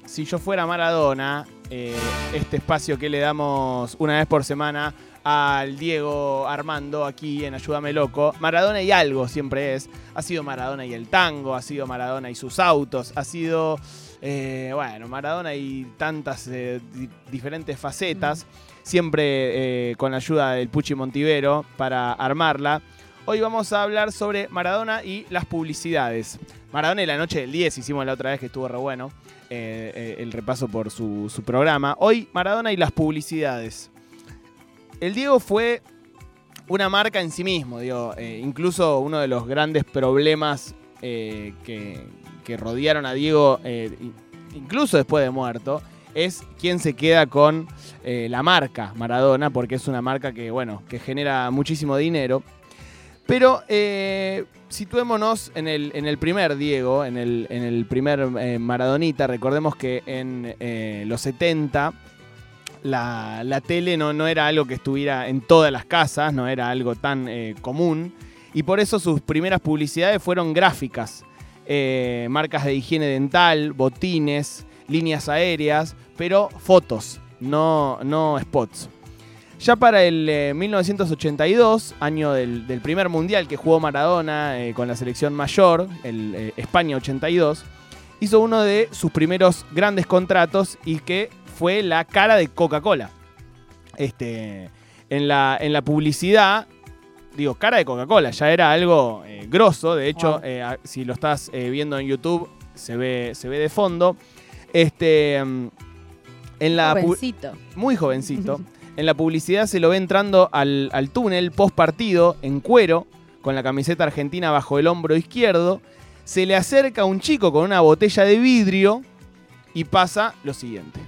Si yo fuera Maradona, este espacio que le damos una vez por semana al Diego Armando aquí en Ayúdame Loco, Maradona y algo siempre es. Ha sido Maradona y el tango, ha sido Maradona y sus autos, ha sido, Maradona y tantas diferentes facetas, siempre con la ayuda del Puchi Montivero para armarla. Hoy vamos a hablar sobre Maradona y las publicidades. Maradona y la noche del 10 hicimos la otra vez, que estuvo re bueno, el repaso por su programa. Hoy Maradona y las publicidades. El Diego fue una marca en sí mismo, digo, incluso uno de los grandes problemas que rodearon a Diego, incluso después de muerto, es quién se queda con la marca Maradona, porque es una marca que genera muchísimo dinero. Pero situémonos en el primer Diego, en el primer Maradonita. Recordemos que en los 70 la tele no era algo que estuviera en todas las casas, no era algo tan común. Y por eso sus primeras publicidades fueron gráficas. Marcas de higiene dental, botines, líneas aéreas, pero fotos, no spots. Ya para el 1982, año del primer mundial que jugó Maradona con la selección mayor, el España 82, hizo uno de sus primeros grandes contratos y que fue la cara de Coca-Cola. En la publicidad, digo, cara de Coca-Cola, ya era algo grosso. De hecho, si lo estás viendo en YouTube, se ve de fondo. Jovencito. Muy jovencito. En la publicidad se lo ve entrando al túnel post partido en cuero, con la camiseta argentina bajo el hombro izquierdo. Se le acerca un chico con una botella de vidrio y pasa lo siguiente.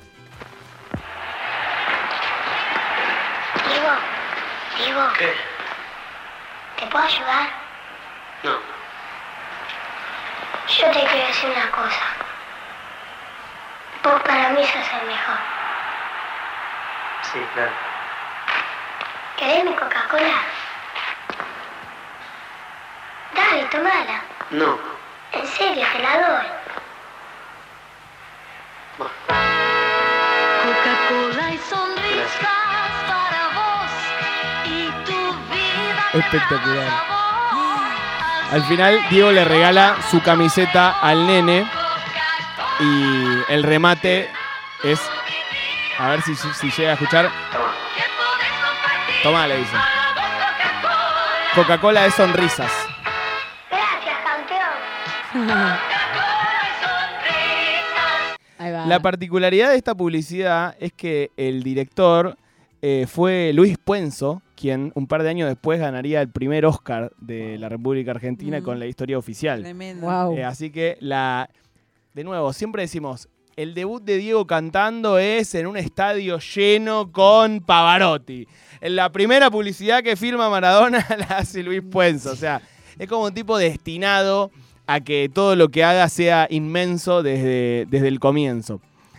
Diego. ¿Qué? ¿Te puedo ayudar? No. Yo te quiero decir una cosa. Vos para mí sos el mejor. Sí, claro. ¿Querés mi Coca-Cola? Dale, tomala. No. En serio, te la doy. Coca-Cola y sonrisas para vos y tu vida. Espectacular. Al final, Diego le regala su camiseta al nene y el remate es... A ver si llega a escuchar. Tomá, le dice. Coca-Cola de sonrisas. Gracias, campeón. Ahí va. La particularidad de esta publicidad es que el director fue Luis Puenzo, quien un par de años después ganaría el primer Oscar de la República Argentina con la historia oficial. Tremendo. Wow. Así que de nuevo, siempre decimos, el debut de Diego cantando es en un estadio lleno con Pavarotti. En la primera publicidad que filma Maradona la hace Luis Puenzo. O sea, es como un tipo destinado a que todo lo que haga sea inmenso desde el comienzo.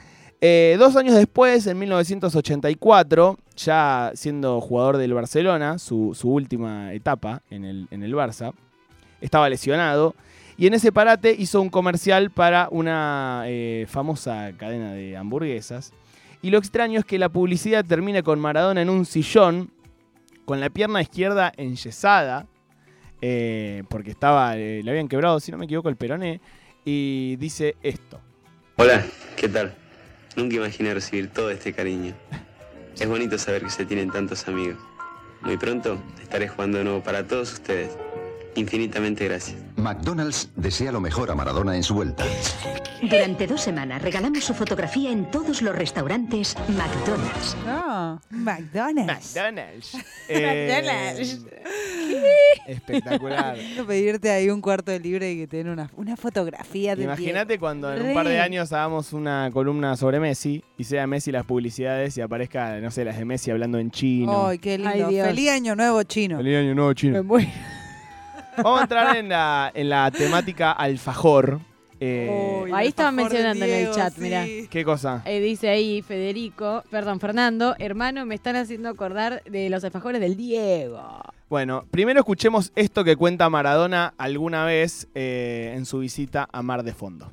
2 años después, en 1984, ya siendo jugador del Barcelona, su última etapa en el Barça, estaba lesionado. Y en ese parate hizo un comercial para una famosa cadena de hamburguesas. Y lo extraño es que la publicidad termina con Maradona en un sillón, con la pierna izquierda enyesada, porque le habían quebrado, si no me equivoco, el peroné. Y dice esto. Hola, ¿qué tal? Nunca imaginé recibir todo este cariño. Es bonito saber que se tienen tantos amigos. Muy pronto estaré jugando de nuevo para todos ustedes. Infinitamente gracias. McDonald's desea lo mejor a Maradona en su vuelta. Durante 2 semanas regalamos su fotografía en todos los restaurantes McDonald's. No, McDonald's. McDonald's. McDonald's. Espectacular. Quiero pedirte ahí un cuarto de libre y que te den una fotografía de Imagínate cuando en un par de años hagamos una columna sobre Messi y sea Messi las publicidades y aparezca, no sé, las de Messi hablando en chino. Ay, qué lindo. Ay, Dios. Feliz año nuevo chino. Feliz año nuevo chino. Me muero. Vamos a entrar en la temática alfajor. Uy, Ahí el estaban alfajor de mencionando en el Diego, chat, sí. mirá. ¿Qué cosa? Dice ahí Fernando, hermano, me están haciendo acordar de los alfajores del Diego. Bueno, primero escuchemos esto que cuenta Maradona alguna vez en su visita a Mar de Fondo.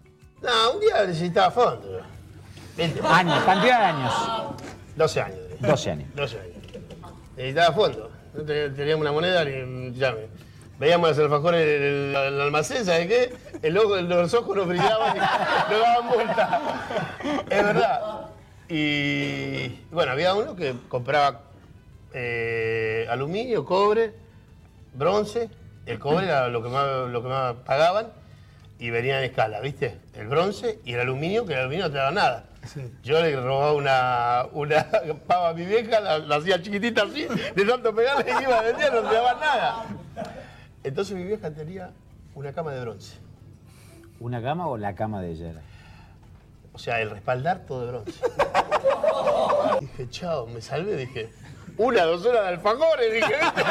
No, un día necesitaba fondo. Años, cantidad de años. 12 años. 12 años. 12 años. Necesitaba fondo. Teníamos una moneda y ya veíamos los alfajores en el almacén, ¿sabes qué? Los ojos nos brillaban y nos daban vuelta. Es verdad. Y bueno, había uno que compraba aluminio, cobre, bronce. El cobre era lo que más pagaban y venía en escala, ¿viste? El bronce y el aluminio, que el aluminio no te daba nada. Sí. Yo le robaba una pava a mi vieja, la hacía chiquitita así, de tanto pegarle y iba a vender, no te daba nada. Entonces mi vieja tenía una cama de bronce. ¿Una cama o la cama de ella era? O sea, el respaldar todo de bronce. Dije, chao, me salvé, dije, 1 o 2 horas de alfajores, dije, ¿viste?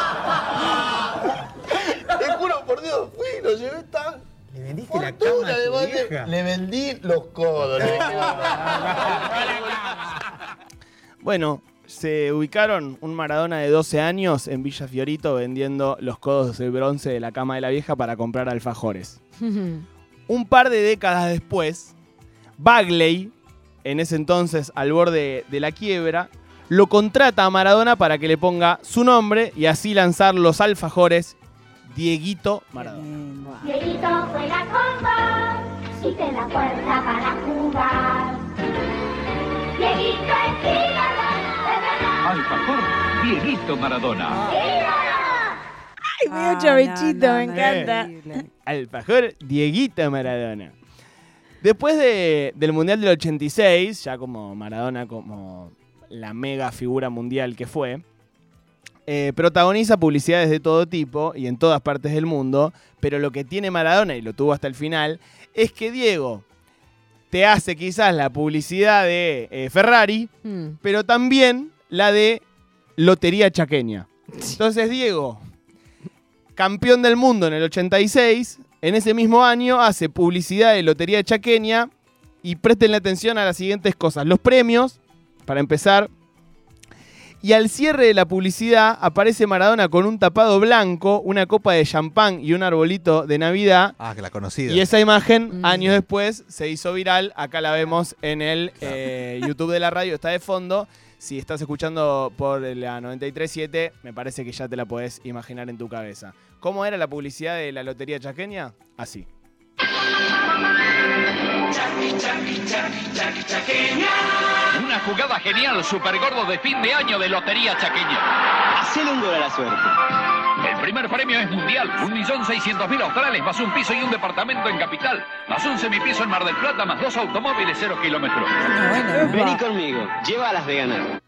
Te juro por Dios, fui, lo llevé tan... ¿Le vendiste la cama a tu vieja? Le vendí los codos. Bueno, se ubicaron un Maradona de 12 años en Villa Fiorito vendiendo los codos de bronce de la cama de la vieja para comprar alfajores. Un par de décadas después, Bagley, en ese entonces al borde de la quiebra, lo contrata a Maradona para que le ponga su nombre y así lanzar los alfajores Dieguito Maradona. Dieguito juega con vos y te da fuerza para jugar. Dieguito es ídolo, alfajor Dieguito Maradona. Ay, medio chavechito, me encanta. Alfajor Dieguito Maradona. Después del Mundial del 86, ya como Maradona como la mega figura mundial que fue, protagoniza publicidades de todo tipo y en todas partes del mundo, pero lo que tiene Maradona, y lo tuvo hasta el final, es que Diego te hace quizás la publicidad de Ferrari, pero también la de Lotería Chaqueña. Entonces Diego, campeón del mundo en el 86, en ese mismo año hace publicidad de Lotería Chaqueña y prestenle atención a las siguientes cosas. Los premios, para empezar. Y al cierre de la publicidad aparece Maradona con un tapado blanco, una copa de champán y un arbolito de Navidad. Ah, que la conocida. Y esa imagen, años después, se hizo viral. Acá la vemos en el YouTube de la radio, está de fondo. Si estás escuchando por la 93.7, me parece que ya te la podés imaginar en tu cabeza. ¿Cómo era la publicidad de la Lotería Chaqueña? Así. Chaqueña. Una jugada genial, supergordo de fin de año de Lotería Chaqueña. Hacele un gol a la suerte. El primer premio es mundial, 1.600.000 australes, más un piso y un departamento en Capital, más un semipiso en Mar del Plata, más 2 automóviles 0 kilómetros. Vení conmigo, llévalas de ganar.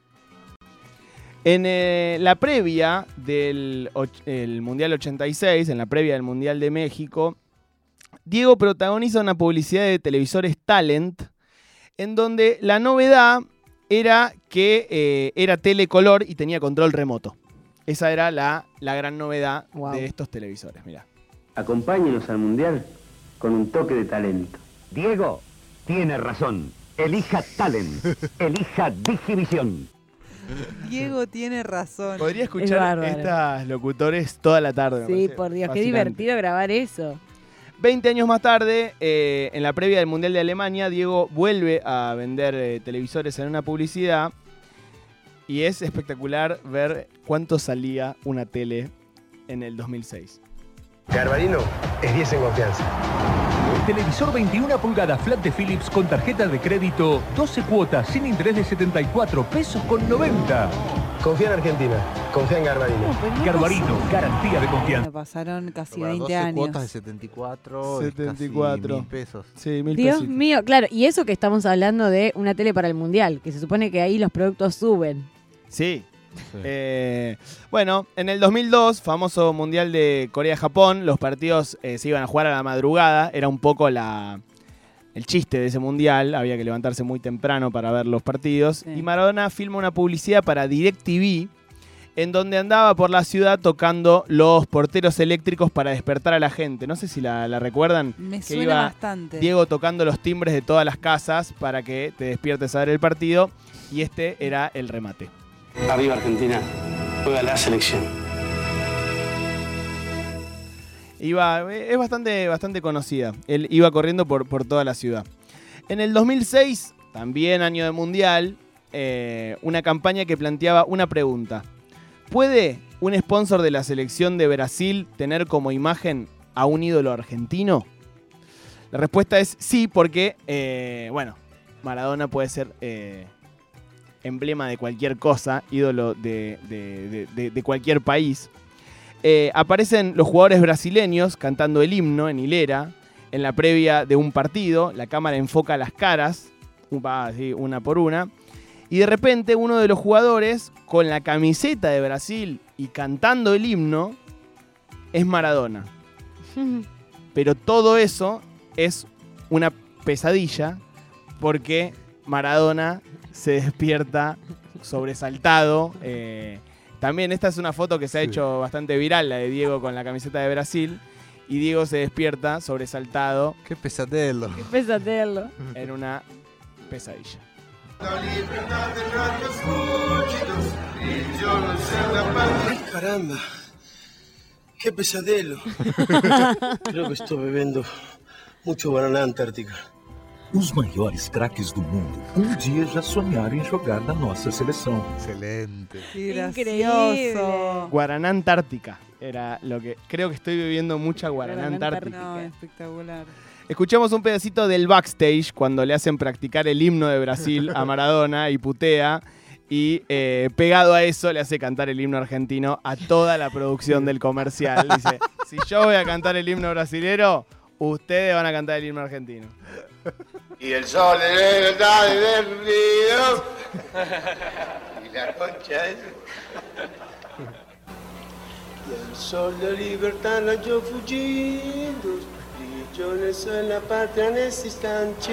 En la previa del el Mundial 86, en la previa del Mundial de México, Diego protagoniza una publicidad de televisores Talent, en donde la novedad era que era telecolor y tenía control remoto. Esa era la gran novedad de estos televisores, mirá. Acompáñenos al Mundial con un toque de talento. Diego tiene razón. Elija Talent. Elija Digivisión. Diego tiene razón. Podría escuchar estas locutores toda la tarde. Sí, por Dios, qué divertido grabar eso. 20 años más tarde, en la previa del Mundial de Alemania, Diego vuelve a vender televisores en una publicidad y es espectacular ver cuánto salía una tele en el 2006. Garbarino es 10 en confianza. Televisor 21 pulgadas flat de Philips con tarjeta de crédito, 12 cuotas sin interés de 74 pesos con 90. Confía en Argentina, confía en Garbarino. Garbarino, garantía de confianza. Me pasaron casi Para 20 12 años. cuotas de 74, 74. Casi 1.000 pesos. Sí, 1.000 Dios pesitos. mío, claro, y eso que estamos hablando de una tele para el Mundial, que se supone que ahí los productos suben. Sí. Bueno, en el 2002, famoso Mundial de Corea-Japón, los partidos se iban a jugar a la madrugada, era un poco el chiste de ese Mundial, había que levantarse muy temprano para ver los partidos, y Maradona filma una publicidad para DirecTV, en donde andaba por la ciudad tocando los porteros eléctricos para despertar a la gente. No sé si la recuerdan. Me que suena iba bastante. Diego tocando los timbres de todas las casas para que te despiertes a ver el partido, y este era el remate. Arriba Argentina, juega la selección. Es bastante conocida. Él iba corriendo por toda la ciudad. En el 2006, también año de Mundial, una campaña que planteaba una pregunta. ¿Puede un sponsor de la selección de Brasil tener como imagen a un ídolo argentino? La respuesta es sí, porque, Maradona puede ser emblema de cualquier cosa, ídolo de cualquier país. Aparecen los jugadores brasileños cantando el himno en hilera, en la previa de un partido. La cámara enfoca las caras, una por una. Y de repente uno de los jugadores, con la camiseta de Brasil y cantando el himno, es Maradona. Pero todo eso es una pesadilla, porque Maradona se despierta sobresaltado. También esta es una foto que se ha hecho bastante viral, la de Diego con la camiseta de Brasil. Y Diego se despierta sobresaltado. ¡Qué pesadelo! ¡Qué pesadelo! En una pesadilla. Caramba, qué pesadelo. Creo que estoy bebiendo mucho Guaraná Antártica. Os maiores craques do mundo dia já sonharam em jogar na nossa seleção. Excelente. Qué gracioso. Increíble. Guaraná Antártica era lo que... Creo que estoy bebiendo mucha Guaraná Antártica. No, espectacular. Escuchamos un pedacito del backstage cuando le hacen practicar el himno de Brasil a Maradona y putea. Y pegado a eso le hace cantar el himno argentino a toda la producción del comercial. Dice, si yo voy a cantar el himno brasilero, ustedes van a cantar el himno argentino. Y el sol está derrido. Y la concha es... Y el sol de libertad la yo fugindo. Y yo no soy la patria en ese instante.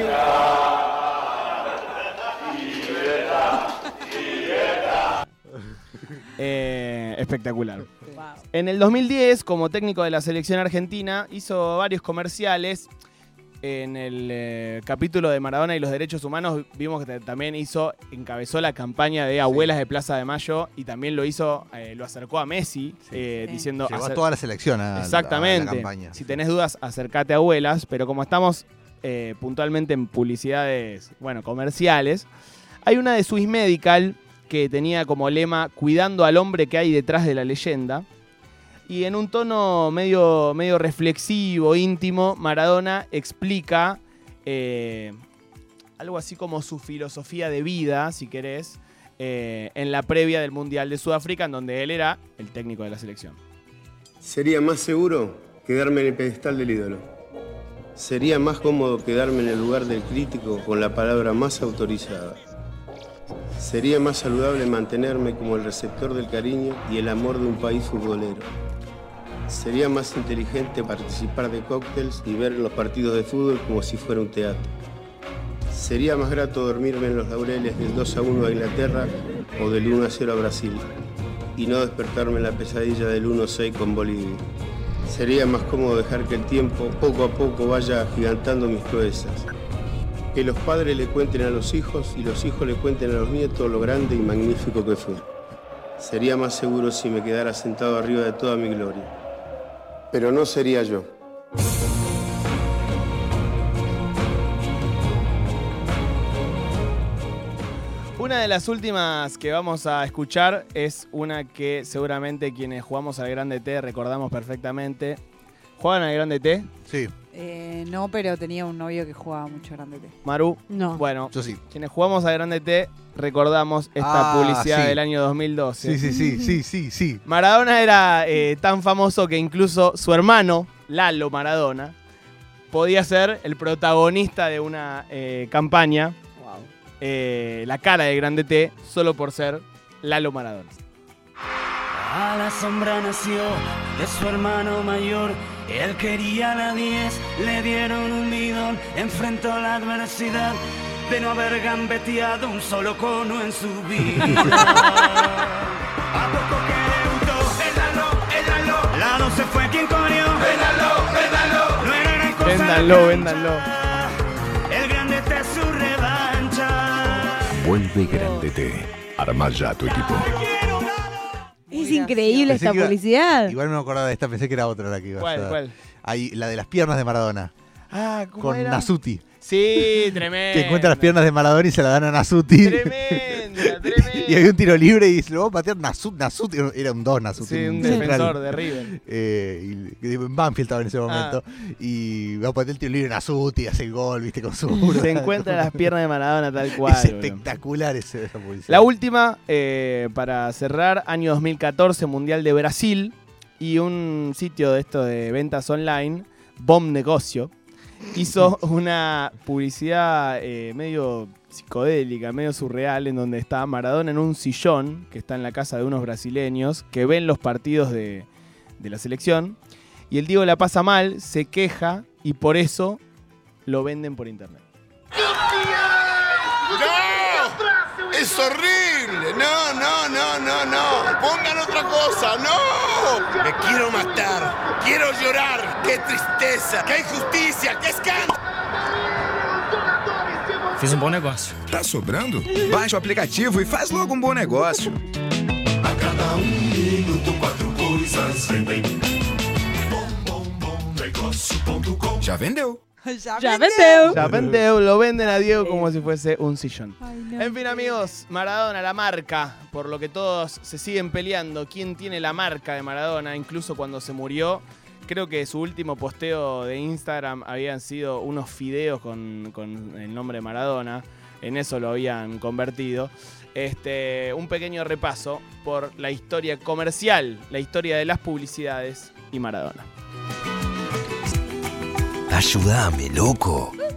Espectacular. Wow. En el 2010, como técnico de la selección argentina, hizo varios comerciales. En el capítulo de Maradona y los derechos humanos vimos que también encabezó la campaña de Abuelas de Plaza de Mayo, y también lo acercó a Messi, diciendo... Llevó a toda la selección exactamente. A la campaña. Si tenés dudas, acercate a Abuelas, pero como estamos puntualmente en publicidades, comerciales, hay una de Swiss Medical que tenía como lema cuidando al hombre que hay detrás de la leyenda. Y en un tono medio reflexivo, íntimo, Maradona explica algo así como su filosofía de vida, si querés, en la previa del Mundial de Sudáfrica, en donde él era el técnico de la selección. Sería más seguro quedarme en el pedestal del ídolo. Sería más cómodo quedarme en el lugar del crítico con la palabra más autorizada. Sería más saludable mantenerme como el receptor del cariño y el amor de un país futbolero. Sería más inteligente participar de cócteles y ver los partidos de fútbol como si fuera un teatro. Sería más grato dormirme en los laureles del 2-1 a Inglaterra o del 1-0 a Brasil y no despertarme en la pesadilla del 1-6 con Bolivia. Sería más cómodo dejar que el tiempo poco a poco vaya agigantando mis proezas. Que los padres le cuenten a los hijos y los hijos le cuenten a los nietos lo grande y magnífico que fue. Sería más seguro si me quedara sentado arriba de toda mi gloria. Pero no sería yo. Una de las últimas que vamos a escuchar es una que seguramente quienes jugamos al Grande T recordamos perfectamente. ¿Juegan al Grande T? Sí. No, pero tenía un novio que jugaba mucho Grande T. Maru, no. Bueno, yo sí. Quienes jugamos a Grande T recordamos esta publicidad del año 2012. Sí. Maradona era tan famoso que incluso su hermano, Lalo Maradona, podía ser el protagonista de una campaña, la cara de Grande T, solo por ser Lalo Maradona. A la sombra nació de su hermano mayor. Él quería la 10, le dieron un bidón. Enfrentó la adversidad de no haber gambeteado un solo cono en su vida. A poco que debutó, el Lalo, Lalo se fue quien corrió. Véndalo, no era gran cosa. Véndanlo. El Grande T es su revancha. Vuelve Grande T. Arma ya tu equipo. Es increíble Pensé esta que iba- publicidad. Igual no me acordaba de esta, pensé que era otra la que iba a ¿Cuál, ser. cuál? Ahí, la de las piernas de Maradona. Ah, ¿cómo Con era? Nasuti. Sí, tremendo. Que encuentra las piernas de Maradona y se la dan a Nasuti. Tremenda. Y hay un tiro libre y dice, lo va a patear Nasuti. Era un 2 Nasuti. Sí, un central. defensor de River. Y en Banfield estaba en ese momento. Y va a patear el tiro libre Nasuti, hace el gol, viste, con su muro. Se encuentra las piernas de Maradona tal cual. Es boludo. espectacular esa publicidad. La última, para cerrar, año 2014, Mundial de Brasil. Y un sitio de esto de ventas online, Bom Negocio, hizo una publicidad medio psicodélica, medio surreal, en donde está Maradona en un sillón, que está en la casa de unos brasileños, que ven los partidos de la selección. Y el Diego la pasa mal, se queja, y por eso lo venden por internet. ¡No! ¡Es horrible! ¡No, no, no, no, no! ¡Pongan otra cosa! ¡No! Me quiero matar. Quiero llorar. ¡Qué tristeza! ¡Qué injusticia! ¡Qué escândalo! Fiz bom negócio. Tá sobrando? Baixa o aplicativo e faz logo bom negócio. A cada minuto, 4 coisas rendem. Bom.negócio.com. Já vendeu. Ya vendeu. Ya vendeu, lo venden a Diego como si fuese un sillón. En fin, amigos, Maradona, la marca, por lo que todos se siguen peleando. ¿Quién tiene la marca de Maradona? Incluso cuando se murió, creo que su último posteo de Instagram habían sido unos fideos con el nombre de Maradona. En eso lo habían convertido. Un pequeño repaso por la historia comercial, la historia de las publicidades y Maradona. Ayúdame, loco.